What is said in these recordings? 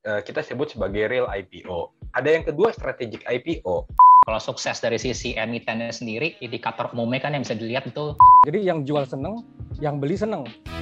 kita sebut sebagai real IPO. Ada yang kedua, strategic IPO. Kalau sukses dari sisi emitennya sendiri, indikator umumnya kan yang bisa dilihat itu. Jadi yang jual seneng, yang beli seneng.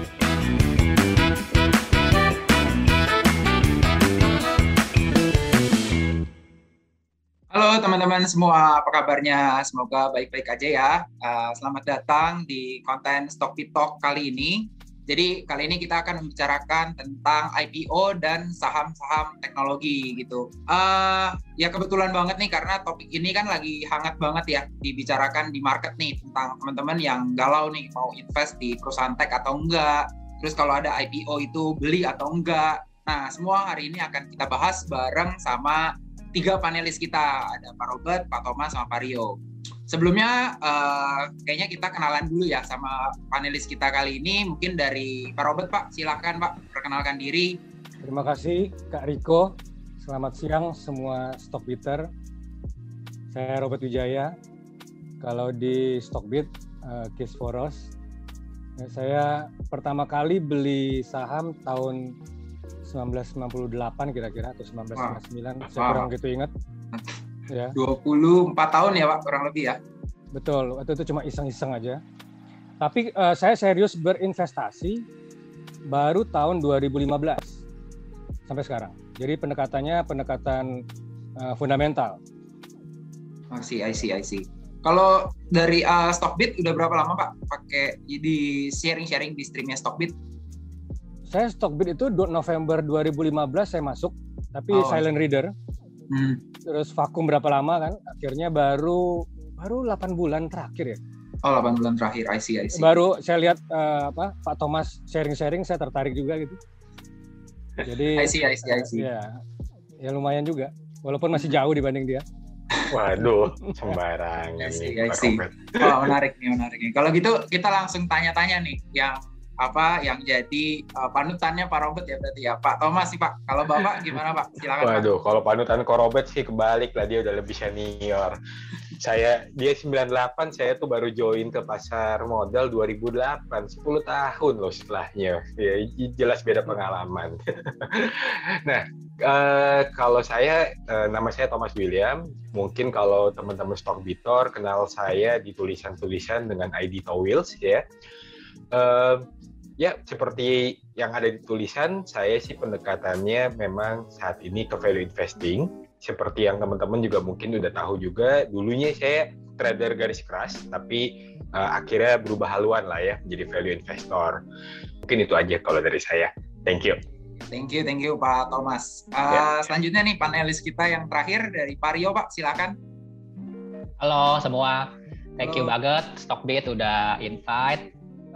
Halo teman-teman semua, apa kabarnya? Semoga baik-baik aja ya. Selamat datang di konten Stockbit Talk kali ini. Jadi kali ini kita akan membicarakan tentang IPO dan saham-saham teknologi gitu. Ya kebetulan banget nih karena topik ini kan lagi hangat banget ya dibicarakan di market nih tentang teman-teman yang galau nih mau invest di perusahaan tech atau enggak. Terus kalau ada IPO itu beli atau enggak. Nah semua hari ini akan kita bahas bareng sama 3 panelis kita. Ada Pak Robert, Pak Thomas, sama Pak Rio. Sebelumnya kayaknya kita kenalan dulu ya sama panelis kita kali ini. Mungkin dari Pak Robert, Pak. Silakan Pak, perkenalkan diri. Terima kasih Kak Riko. Selamat siang semua Stockbiter. Saya Robert Wijaya. Kalau di Stockbit, Case for Us. Saya pertama kali beli saham tahun 1998 kira-kira atau 1999. Saya kurang gitu ingat. Ya. 24 tahun ya Pak, kurang lebih ya. Betul, waktu itu cuma iseng-iseng aja. Tapi saya serius berinvestasi baru tahun 2015 sampai sekarang. Jadi pendekatan fundamental. I see. Kalau dari Stockbit udah berapa lama Pak pakai di sharing-sharing di streamnya Stockbit? Saya Stockbit itu November 2015 saya masuk, tapi silent reader. Terus vakum berapa lama kan? Akhirnya baru 8 bulan terakhir ya. 8 bulan terakhir, I see. Baru saya lihat Pak Thomas sharing-sharing, saya tertarik juga gitu. Jadi I see. Ya lumayan juga, walaupun masih jauh dibanding dia. Waduh, sembarangan. I see. Menarik nih. Kalau gitu kita langsung tanya-tanya nih yang jadi panutannya Pak Robert ya berarti ya. Pak Thomas sih Pak, kalau Bapak gimana Pak? Silakan. Waduh, kalau panutan Pak Robert sih kebalik lah, dia udah lebih senior. Dia 98, saya tuh baru join ke pasar modal 2008, 10 tahun loh setelahnya. Ya, jelas beda pengalaman. Nah, kalau saya, nama saya Thomas William. Mungkin kalau teman-teman Stockbitor kenal saya di tulisan-tulisan dengan ID Towils ya. Ya, seperti yang ada di tulisan, saya sih pendekatannya memang saat ini ke value investing. Seperti yang teman-teman juga mungkin udah tahu juga, dulunya saya trader garis keras, tapi akhirnya berubah haluan lah ya, menjadi value investor. Mungkin itu aja kalau dari saya. Thank you. Thank you Pak Thomas. Selanjutnya nih panelis kita yang terakhir dari Pak Rio, Pak, silakan. Halo semua, thank you banget Stockbit udah invite.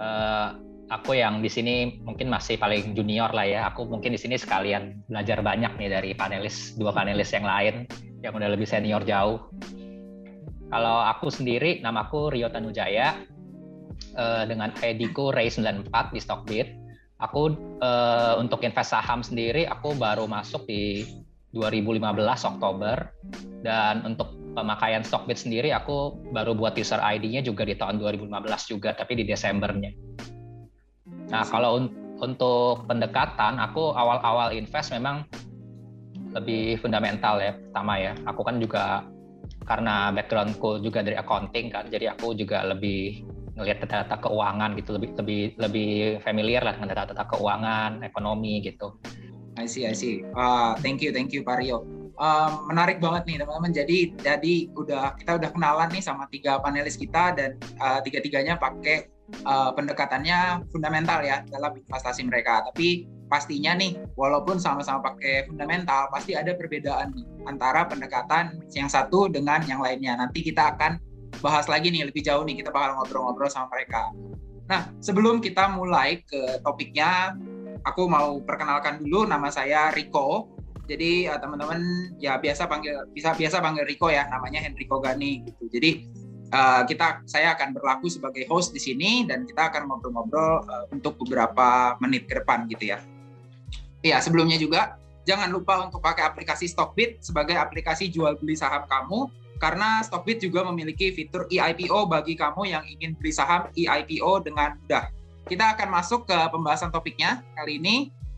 Aku yang di sini mungkin masih paling junior lah ya. Aku mungkin di sini sekalian belajar banyak nih dari dua panelis yang lain yang udah lebih senior jauh. Kalau aku sendiri, namaku Rio Tanujaya dengan ID-ku Ray94 di Stockbit. Aku untuk invest saham sendiri aku baru masuk di 2015 Oktober, dan untuk pemakaian Stockbit sendiri aku baru buat user ID-nya juga di tahun 2015 juga, tapi di Desembernya. Nah, kalau untuk pendekatan, aku awal-awal invest memang lebih fundamental ya. Pertama ya, aku kan juga karena background-ku juga dari accounting kan, jadi aku juga lebih ngelihat data-data keuangan gitu, lebih familiar lah dengan data-data keuangan, ekonomi gitu. I see. Thank you Pak Rio. Menarik banget nih teman-teman. Jadi kita udah kenalan nih sama 3 panelis kita, dan tiga-tiganya pakai pendekatannya fundamental ya dalam investasi mereka. Tapi pastinya nih, walaupun sama-sama pakai fundamental, pasti ada perbedaan nih antara pendekatan yang satu dengan yang lainnya. Nanti kita akan bahas lagi nih lebih jauh nih, kita bakal ngobrol-ngobrol sama mereka. Nah, sebelum kita mulai ke topiknya, aku mau perkenalkan dulu, nama saya Riko. Jadi teman-teman ya bisa biasa panggil Riko ya, namanya Henrico Gani gitu. Jadi saya akan berlaku sebagai host di sini, dan kita akan ngobrol-ngobrol untuk beberapa menit ke depan gitu ya. Ya, sebelumnya juga jangan lupa untuk pakai aplikasi Stockbit sebagai aplikasi jual beli saham kamu, karena Stockbit juga memiliki fitur eIPO bagi kamu yang ingin beli saham eIPO dengan mudah. Kita akan masuk ke pembahasan topiknya kali ini,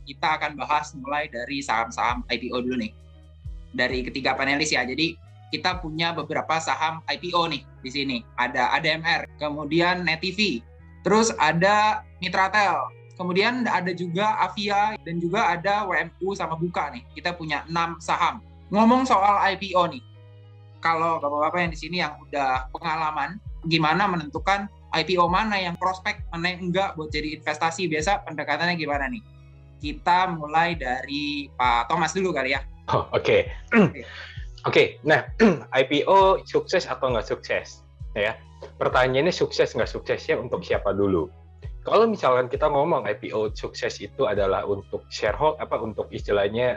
kita akan bahas mulai dari saham-saham IPO dulu nih. Dari ketiga panelis ya. Jadi kita punya beberapa saham IPO nih di sini. Ada ADMR, kemudian NetTV, terus ada Mitratel, kemudian ada juga Avia, dan juga ada WMU sama Buka nih. Kita punya 6 saham. Ngomong soal IPO nih, kalau bapak-bapak yang di sini yang udah pengalaman, gimana menentukan IPO mana yang prospek, mana yang enggak buat jadi investasi? Biasa pendekatannya gimana nih? Kita mulai dari Pak Thomas dulu kali ya. Oh, oke. Oke, nah IPO sukses atau nggak sukses? Ya, pertanyaannya sukses nggak suksesnya untuk siapa dulu? Kalau misalkan kita ngomong IPO sukses itu adalah untuk shareholder, untuk istilahnya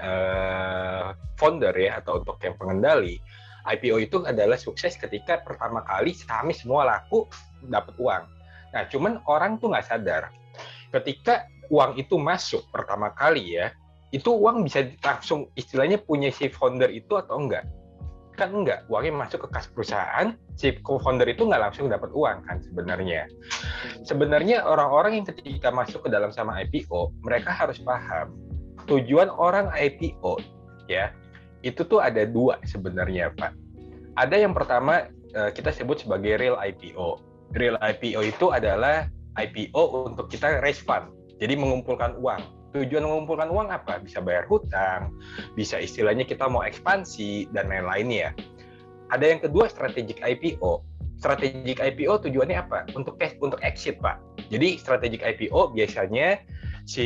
founder ya, atau untuk yang pengendali, IPO itu adalah sukses ketika pertama kali sahamnya semua laku, dapat uang. Nah, cuman orang tuh nggak sadar, ketika uang itu masuk pertama kali ya, itu uang bisa langsung istilahnya punya si founder itu atau enggak? Kan enggak, uangnya masuk ke kas perusahaan, si co-founder itu nggak langsung dapat uang kan sebenarnya. Sebenarnya orang-orang yang ketika masuk ke dalam sama IPO, mereka harus paham tujuan orang IPO ya, itu tuh ada 2 sebenarnya Pak. Ada yang pertama kita sebut sebagai real IPO. Real IPO itu adalah IPO untuk kita raise fund, jadi mengumpulkan uang. Tujuan mengumpulkan uang apa? Bisa bayar hutang, bisa istilahnya kita mau ekspansi, dan lain-lainnya. Ada yang kedua, strategic IPO. Strategic IPO tujuannya apa? Untuk exit, Pak. Jadi strategic IPO biasanya si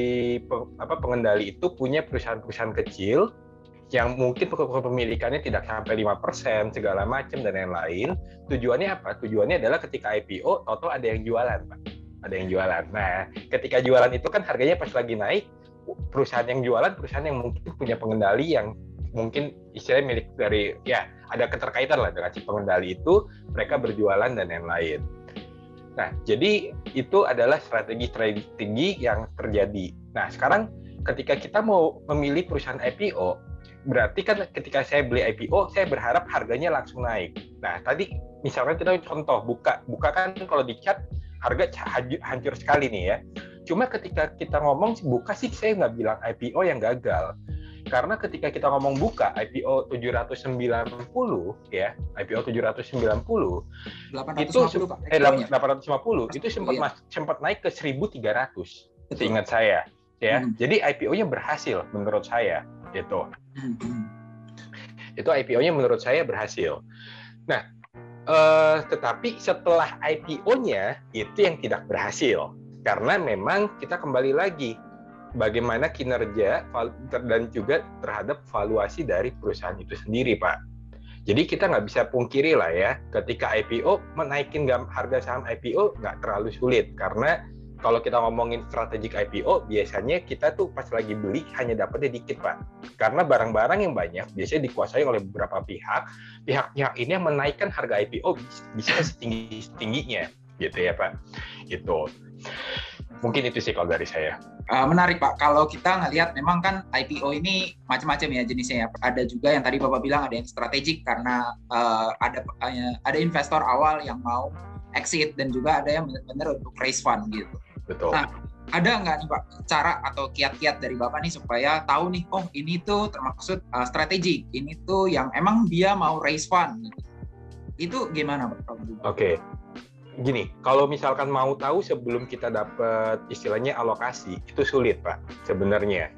pengendali itu punya perusahaan-perusahaan kecil yang mungkin kepemilikannya tidak sampai 5%, segala macam, dan lain-lain. Tujuannya apa? Tujuannya adalah ketika IPO, total ada yang jualan, Pak. Ada yang jualan. Nah, ketika jualan itu kan harganya pas lagi naik, perusahaan yang jualan, perusahaan yang mungkin punya pengendali yang mungkin istilahnya milik dari, ya ada keterkaitan lah dengan si pengendali itu, mereka berjualan dan lain-lain. Nah, jadi itu adalah strategi yang terjadi. Nah, sekarang ketika kita mau memilih perusahaan IPO, berarti kan ketika saya beli IPO, saya berharap harganya langsung naik. Nah, tadi misalkan kita contoh, Buka kan kalau di chart, harga hancur sekali nih ya. Cuma ketika kita ngomong Buka sih saya nggak bilang IPO yang gagal. Karena ketika kita ngomong Buka, IPO 790 ya, IPO 790 itu 850 itu sempat naik ke 1.300 seingat saya ya. Jadi IPO-nya berhasil menurut saya gitu. Itu IPO-nya menurut saya berhasil. Nah, tetapi setelah IPO-nya itu yang tidak berhasil, karena memang kita kembali lagi bagaimana kinerja dan juga terhadap valuasi dari perusahaan itu sendiri, Pak. Jadi kita nggak bisa pungkiri lah ya, ketika IPO menaikin harga saham IPO nggak terlalu sulit, karena kalau kita ngomongin strategic IPO, biasanya kita tuh pas lagi beli hanya dapetnya dikit, Pak. Karena barang-barang yang banyak biasanya dikuasai oleh beberapa pihak. Pihak-pihak ini yang menaikkan harga IPO bisa setinggi-tingginya, gitu ya, Pak. Itu. Mungkin itu sih kalau dari saya. Menarik, Pak. Kalau kita ngelihat memang kan IPO ini macam-macam ya jenisnya ya. Ada juga yang tadi Bapak bilang ada yang strategik karena ada investor awal yang mau exit, dan juga ada yang benar-benar untuk raise fund gitu. Betul. Nah, ada nggak nih Pak cara atau kiat-kiat dari Bapak nih supaya tahu nih, oh ini tuh termaksud strategik, ini tuh yang emang dia mau raise fund gitu. Itu gimana Pak? Oke. Gini, kalau misalkan mau tahu sebelum kita dapat istilahnya alokasi, itu sulit Pak sebenarnya.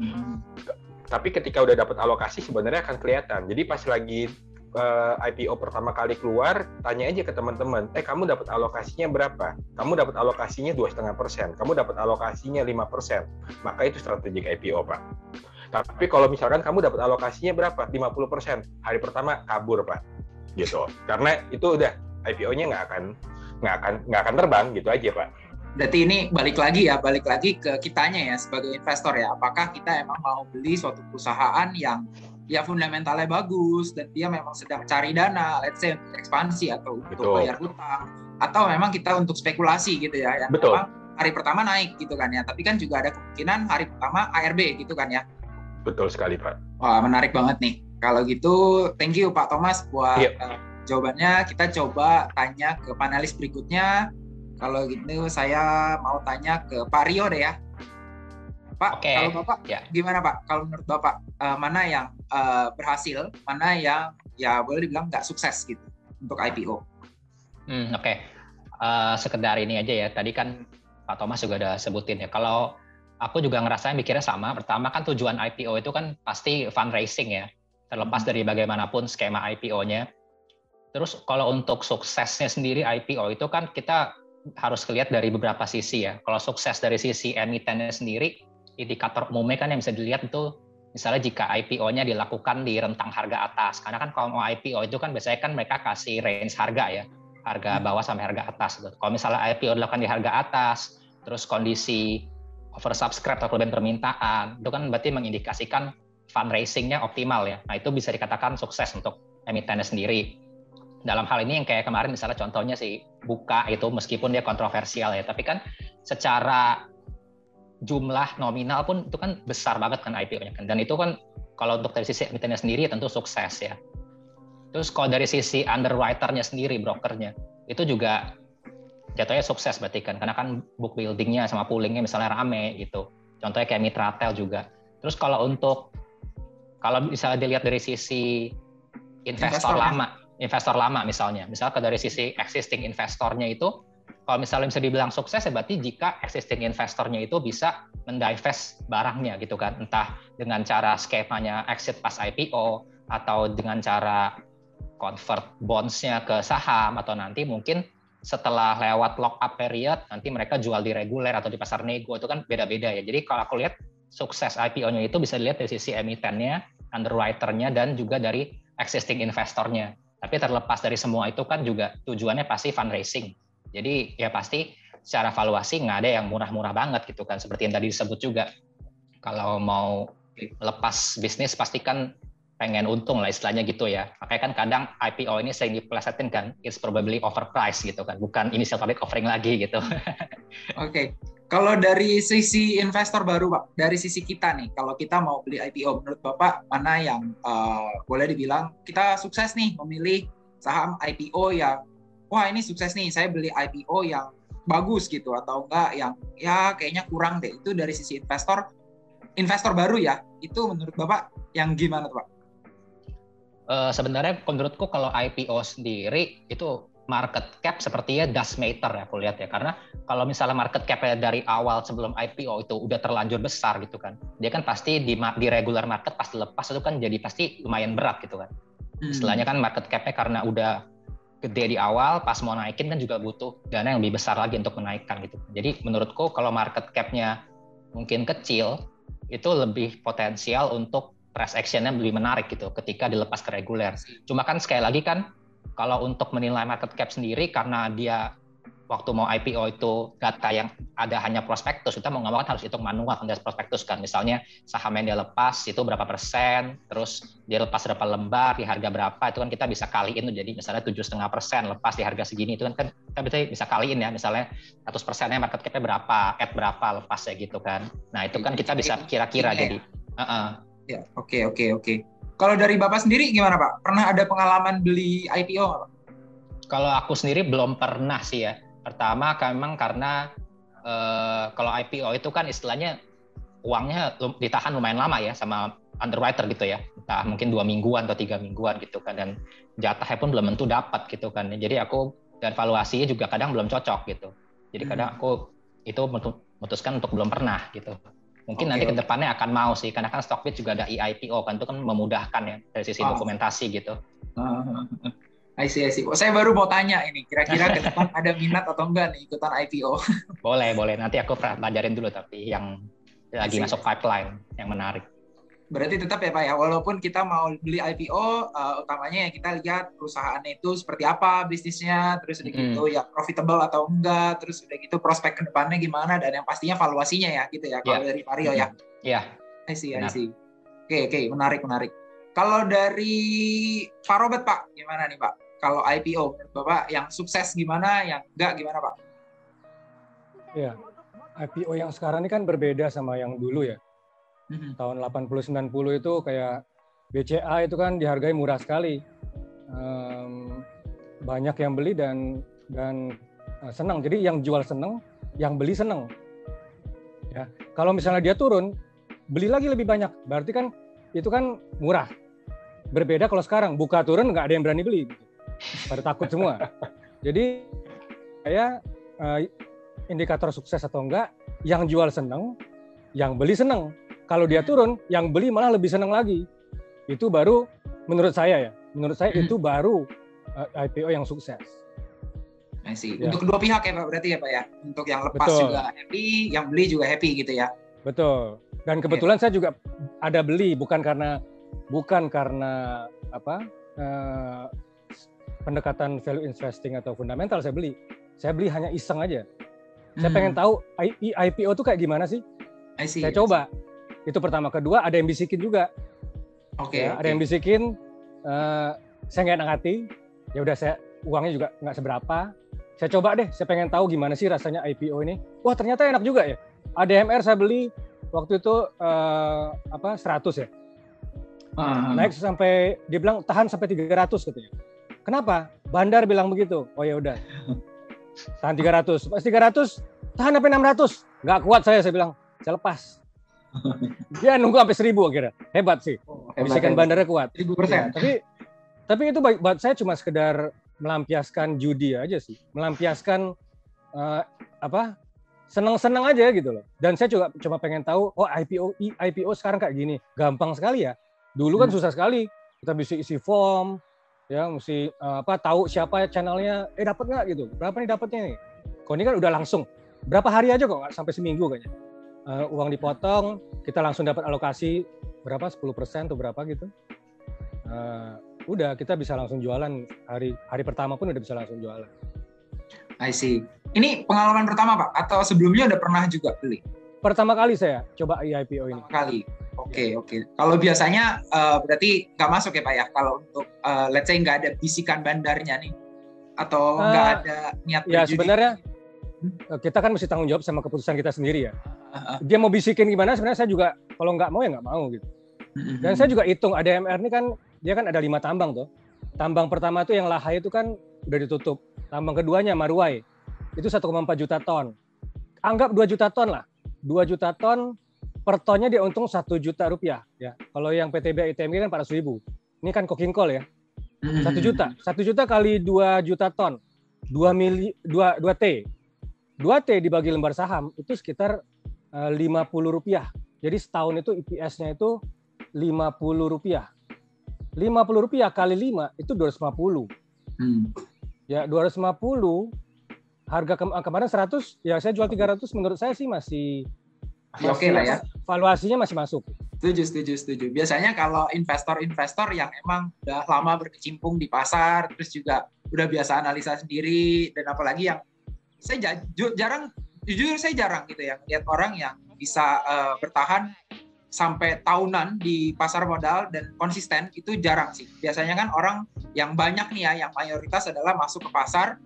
Tapi ketika udah dapat alokasi sebenarnya akan kelihatan. Jadi pas lagi IPO pertama kali keluar, tanya aja ke teman-teman, kamu dapat alokasinya berapa? Kamu dapat alokasinya 2,5%, kamu dapat alokasinya 5%, maka itu strategik IPO, Pak. Tapi kalau misalkan kamu dapat alokasinya berapa? 50%, hari pertama kabur, Pak. Gitu. Karena itu udah IPO-nya nggak akan terbang, gitu aja, Pak. Berarti ini balik lagi ke kitanya ya sebagai investor ya. Apakah kita emang mau beli suatu perusahaan yang ya fundamentalnya bagus dan dia memang sedang cari dana, let's say untuk ekspansi atau untuk bayar hutang, atau memang kita untuk spekulasi gitu ya, yang memang hari pertama naik gitu kan ya, tapi kan juga ada kemungkinan hari pertama ARB gitu kan ya. Betul sekali Pak. Wah, menarik banget nih. Kalau gitu, thank you Pak Thomas buat jawabannya. Kita coba tanya ke panelis berikutnya. Kalau gitu saya mau tanya ke Pak Rio deh ya. Pak, Oke. kalau Bapak Ya. gimana Pak? Kalau menurut Bapak mana yang berhasil, mana yang ya boleh dibilang nggak sukses gitu untuk IPO? Oke. Sekedar ini aja ya. Tadi kan Pak Thomas juga udah sebutin ya. Kalau aku juga ngerasain mikirnya sama. Pertama kan tujuan IPO itu kan pasti fundraising ya. Terlepas dari bagaimanapun skema IPO-nya. Terus kalau untuk suksesnya sendiri IPO itu kan kita harus lihat dari beberapa sisi ya. Kalau sukses dari sisi emitennya sendiri, indikator umumnya kan yang bisa dilihat itu misalnya jika IPO-nya dilakukan di rentang harga atas. Karena kan kalau mau IPO itu kan biasanya kan mereka kasih range harga ya. Harga bawah sampai harga atas. Kalau misalnya IPO dilakukan di harga atas, terus kondisi oversubscribe atau kelebihan permintaan, itu kan berarti mengindikasikan fundraising-nya optimal ya. Nah itu bisa dikatakan sukses untuk emitennya sendiri. Dalam hal ini yang kayak kemarin misalnya contohnya si Buka itu meskipun dia kontroversial ya, tapi kan secara jumlah nominal pun itu kan besar banget kan IPO-nya kan. Dan itu kan kalau untuk dari sisi emitennya sendiri tentu sukses ya. Terus kalau dari sisi underwriter-nya sendiri, brokernya, itu juga jatuhnya sukses berarti kan. Karena kan book building-nya sama pooling-nya misalnya rame gitu. Contohnya kayak Mitratel juga. Terus kalau bisa dilihat dari sisi investor lama misalnya dari sisi existing investornya itu, kalau misalnya bisa dibilang sukses ya berarti jika existing investornya itu bisa mendivest barangnya gitu kan, entah dengan cara skemanya exit pas IPO atau dengan cara convert bonds-nya ke saham, atau nanti mungkin setelah lewat lock up period nanti mereka jual di reguler atau di pasar nego. Itu kan beda-beda ya. Jadi kalau aku lihat sukses IPO-nya itu bisa dilihat dari sisi emitennya, underwriter-nya, dan juga dari existing investornya. Tapi terlepas dari semua itu kan juga tujuannya pasti fundraising. Jadi ya pasti secara valuasi nggak ada yang murah-murah banget gitu kan. Seperti yang tadi disebut juga. Kalau mau lepas bisnis pasti kan pengen untung lah istilahnya gitu ya. Makanya kan kadang IPO ini sering dipelesetin kan, it's probably overpriced gitu kan. Bukan initial public offering lagi gitu. Oke. Kalau dari sisi investor baru Pak, dari sisi kita nih, kalau kita mau beli IPO, menurut Bapak mana yang boleh dibilang kita sukses nih memilih saham IPO yang, wah ini sukses nih, saya beli IPO yang bagus gitu, atau enggak yang ya kayaknya kurang deh. Itu dari sisi investor baru ya, itu menurut Bapak yang gimana tuh Pak? Sebenarnya menurutku kalau IPO sendiri itu market cap sepertinya does matter ya aku lihat ya, karena kalau misalnya market cap-nya dari awal sebelum IPO itu udah terlanjur besar gitu kan, dia kan pasti di regular market pas dilepas itu kan jadi pasti lumayan berat gitu kan. Istilahnya kan market cap-nya karena udah gede di awal, pas mau naikin kan juga butuh dana yang lebih besar lagi untuk menaikkan gitu. Jadi menurutku kalau market cap-nya mungkin kecil itu lebih potensial untuk price action-nya lebih menarik gitu ketika dilepas ke reguler. Cuma kan sekali lagi kan kalau untuk menilai market cap sendiri, karena dia waktu mau IPO itu data yang ada hanya prospektus, kita mau nggak mau kan harus hitung manual dari prospektus kan. Misalnya saham yang dia lepas itu berapa persen, terus dia lepas berapa lembar, di harga berapa, itu kan kita bisa kaliin tuh. Jadi misalnya 7,5% lepas di harga segini, itu kan kita bisa kaliin ya, misalnya 100%-nya market cap-nya berapa, at berapa lepasnya gitu kan. Nah itu kan kita bisa kira-kira jadi. Ya, oke. Kalau dari Bapak sendiri gimana Pak? Pernah ada pengalaman beli IPO nggak Pak? Kalau aku sendiri belum pernah sih ya. Pertama memang karena kalau IPO itu kan istilahnya uangnya ditahan lumayan lama ya sama underwriter gitu ya. Entah mungkin 2 mingguan atau 3 mingguan gitu kan. Dan jatahnya pun belum tentu dapat gitu kan. Jadi aku, dan valuasinya juga kadang belum cocok gitu. Jadi kadang aku itu memutuskan untuk belum pernah gitu. Mungkin nanti ke depannya akan mau sih, karena kan Stockbit juga ada IPO kan, itu kan memudahkan ya dari sisi dokumentasi gitu. I see. Saya baru mau tanya ini, kira-kira ke depan ada minat atau enggak nih ikutan IPO? Boleh. Nanti aku pelajarin dulu tapi yang lagi masuk pipeline yang menarik. Berarti tetap ya Pak ya, walaupun kita mau beli IPO, utamanya ya kita lihat perusahaannya itu seperti apa bisnisnya, terus udah gitu ya profitable atau enggak, terus udah gitu prospek ke depannya gimana, dan yang pastinya valuasinya ya gitu ya, kalau dari Pak Rio ya. Iya. I see. Oke, menarik. Kalau dari Pak Robert Pak, gimana nih Pak? Kalau IPO menurut Bapak yang sukses gimana, yang enggak gimana Pak? Ya, IPO yang sekarang ini kan berbeda sama yang dulu ya. Tahun 80-90 itu kayak BCA itu kan dihargai murah sekali. Banyak yang beli dan senang. Jadi yang jual senang, yang beli senang. Ya, kalau misalnya dia turun, beli lagi lebih banyak. Berarti kan itu kan murah. Berbeda kalau sekarang buka turun nggak ada yang berani beli, pada takut semua. Jadi saya indikator sukses atau enggak, yang jual seneng, yang beli seneng. Kalau dia turun, yang beli malah lebih seneng lagi. Itu baru menurut saya ya. Menurut saya itu baru IPO yang sukses. I see. Ya. Untuk kedua pihak ya Pak, berarti ya Pak ya. Untuk yang lepas Betul. juga happy, yang beli juga happy gitu ya. Betul. Dan kebetulan saya juga ada beli, bukan karena pendekatan value investing atau fundamental saya beli. Saya beli hanya iseng aja. Saya pengen tahu IPO itu kayak gimana sih? I see. Saya coba. Itu pertama. Kedua, ada yang bisikin juga. Oke. Ada yang bisikin. Saya nggak enak hati. Ya udah, saya uangnya juga nggak seberapa. Saya coba deh. Saya pengen tahu gimana sih rasanya IPO ini. Wah, ternyata enak juga ya. ADMR saya beli waktu itu 100 ya. Naik sampai, dia bilang tahan sampai 300 katanya. Kenapa? Bandar bilang begitu. Oh ya udah. Tahan 300. Pas 300, tahan sampai 600. Nggak kuat saya bilang. Saya lepas. Dia nunggu sampai 1000 akhirnya. Hebat sih. Bisikan bandarnya kuat. 1000%. Ya, tapi itu buat saya cuma sekedar melampiaskan judi aja sih. Melampiaskan senang-senang aja gitu loh. Dan saya juga cuma pengen tahu, oh IPO sekarang kayak gini. Gampang sekali ya. Dulu kan susah sekali. Kita bisa isi form, ya mesti tahu siapa channelnya, dapat nggak gitu. Berapa nih dapatnya nih? Kalau ini kan udah langsung. Berapa hari aja kok, nggak sampai seminggu kayaknya. Uang dipotong, kita langsung dapat alokasi berapa, 10% atau berapa gitu. Udah kita bisa langsung jualan, hari pertama pun udah bisa langsung jualan. I see. Ini pengalaman pertama Pak? Atau sebelumnya udah pernah juga beli? Pertama kali saya coba IPO ini. Pertama kali. Oke. Kalau biasanya berarti nggak masuk ya Pak ya? Kalau untuk let's say nggak ada bisikan bandarnya nih, atau nggak ada niat berjudi? Ya sebenarnya kita kan mesti tanggung jawab sama keputusan kita sendiri ya. Dia mau bisikin gimana, sebenarnya saya juga kalau nggak mau ya nggak mau gitu. Dan saya juga hitung ADMR ini kan dia kan ada 5 tambang tuh. Tambang pertama itu yang Lahai itu kan udah ditutup. Tambang keduanya Maruai itu 1,4 juta ton. Anggap 2 juta ton lah. 2 juta ton per tonnya dia untung 1 juta rupiah ya. Kalau yang PTB ITMG kan 400.000. Ini kan coking coal ya. 1 juta. 1 juta kali 2 juta ton. 2 T. 2 T dibagi lembar saham itu sekitar 50 rupiah. Jadi setahun itu EPS-nya itu 50 rupiah. 50 rupiah kali 5 itu 250. Ya 250, harga kemarin 100, ya saya jual 300, menurut saya sih masih oke lah ya. Valuasinya masih masuk. Setuju. Biasanya kalau investor-investor yang emang udah lama berkecimpung di pasar, terus juga udah biasa analisa sendiri, dan apalagi yang saya jarang gitu ya lihat orang yang bisa bertahan sampai tahunan di pasar modal dan konsisten, itu jarang sih. Biasanya kan orang yang banyak nih ya, yang mayoritas adalah masuk ke pasar,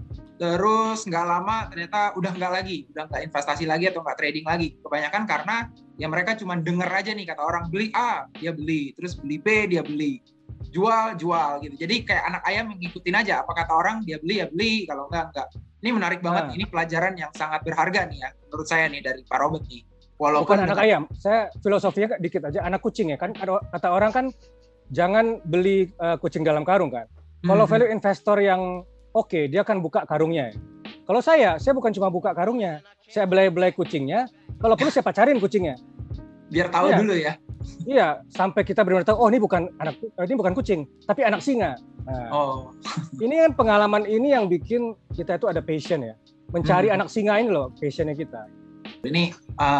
terus nggak lama ternyata udah nggak investasi lagi atau nggak trading lagi. Kebanyakan karena ya mereka cuma denger aja nih, kata orang beli A, dia beli, terus beli B, dia beli, jual gitu. Jadi kayak anak ayam ngikutin aja, apa kata orang dia beli ya beli, kalau enggak. Ini menarik banget, ini pelajaran yang sangat berharga nih ya, menurut saya nih dari Pak Robert nih. Bukan anak ayam, saya filosofinya dikit aja, anak kucing ya kan. Kata orang kan jangan beli kucing dalam karung kan. Kalau value investor yang oke, dia akan buka karungnya. Kalau saya bukan cuma buka karungnya, saya belai-belai kucingnya. Kalau perlu saya pacarin kucingnya. Biar tahu dulu ya. Iya, sampai kita benar-benar tahu, oh ini bukan kucing, tapi anak singa. Nah, ini kan pengalaman ini yang bikin kita itu ada passion ya, mencari anak singa ini loh, passionnya kita. Ini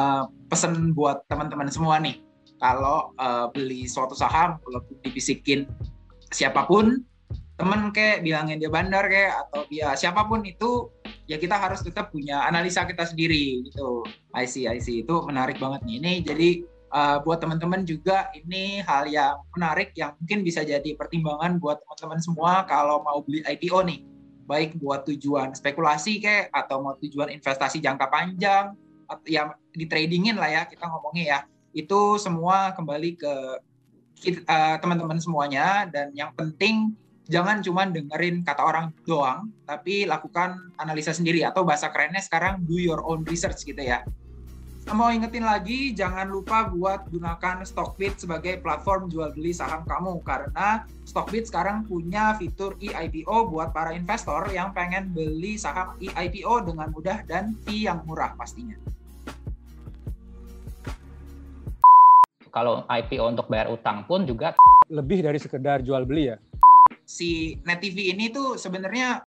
pesan buat teman-teman semua nih, kalau beli suatu saham, kalau dibisikin siapapun, temen kayak bilangin dia bandar kayak atau dia siapapun itu, ya kita harus tetap punya analisa kita sendiri gitu. I see itu menarik banget nih. Ini jadi buat teman-teman juga ini hal yang menarik yang mungkin bisa jadi pertimbangan buat teman-teman semua kalau mau beli IPO nih, baik buat tujuan spekulasi kayak atau mau tujuan investasi jangka panjang atau yang di tradingin lah ya kita ngomongnya ya, itu semua kembali ke teman-teman semuanya. Dan yang penting jangan cuma dengerin kata orang doang, tapi lakukan analisa sendiri, atau bahasa kerennya sekarang do your own research gitu ya. mau ingetin lagi, jangan lupa buat gunakan Stockbit sebagai platform jual beli saham kamu, karena Stockbit sekarang punya fitur e-IPO buat para investor yang pengen beli saham e-IPO dengan mudah dan fee yang murah pastinya. Kalau IPO untuk bayar utang pun juga Lebih dari sekedar jual beli ya. Si Net TV ini tuh sebenarnya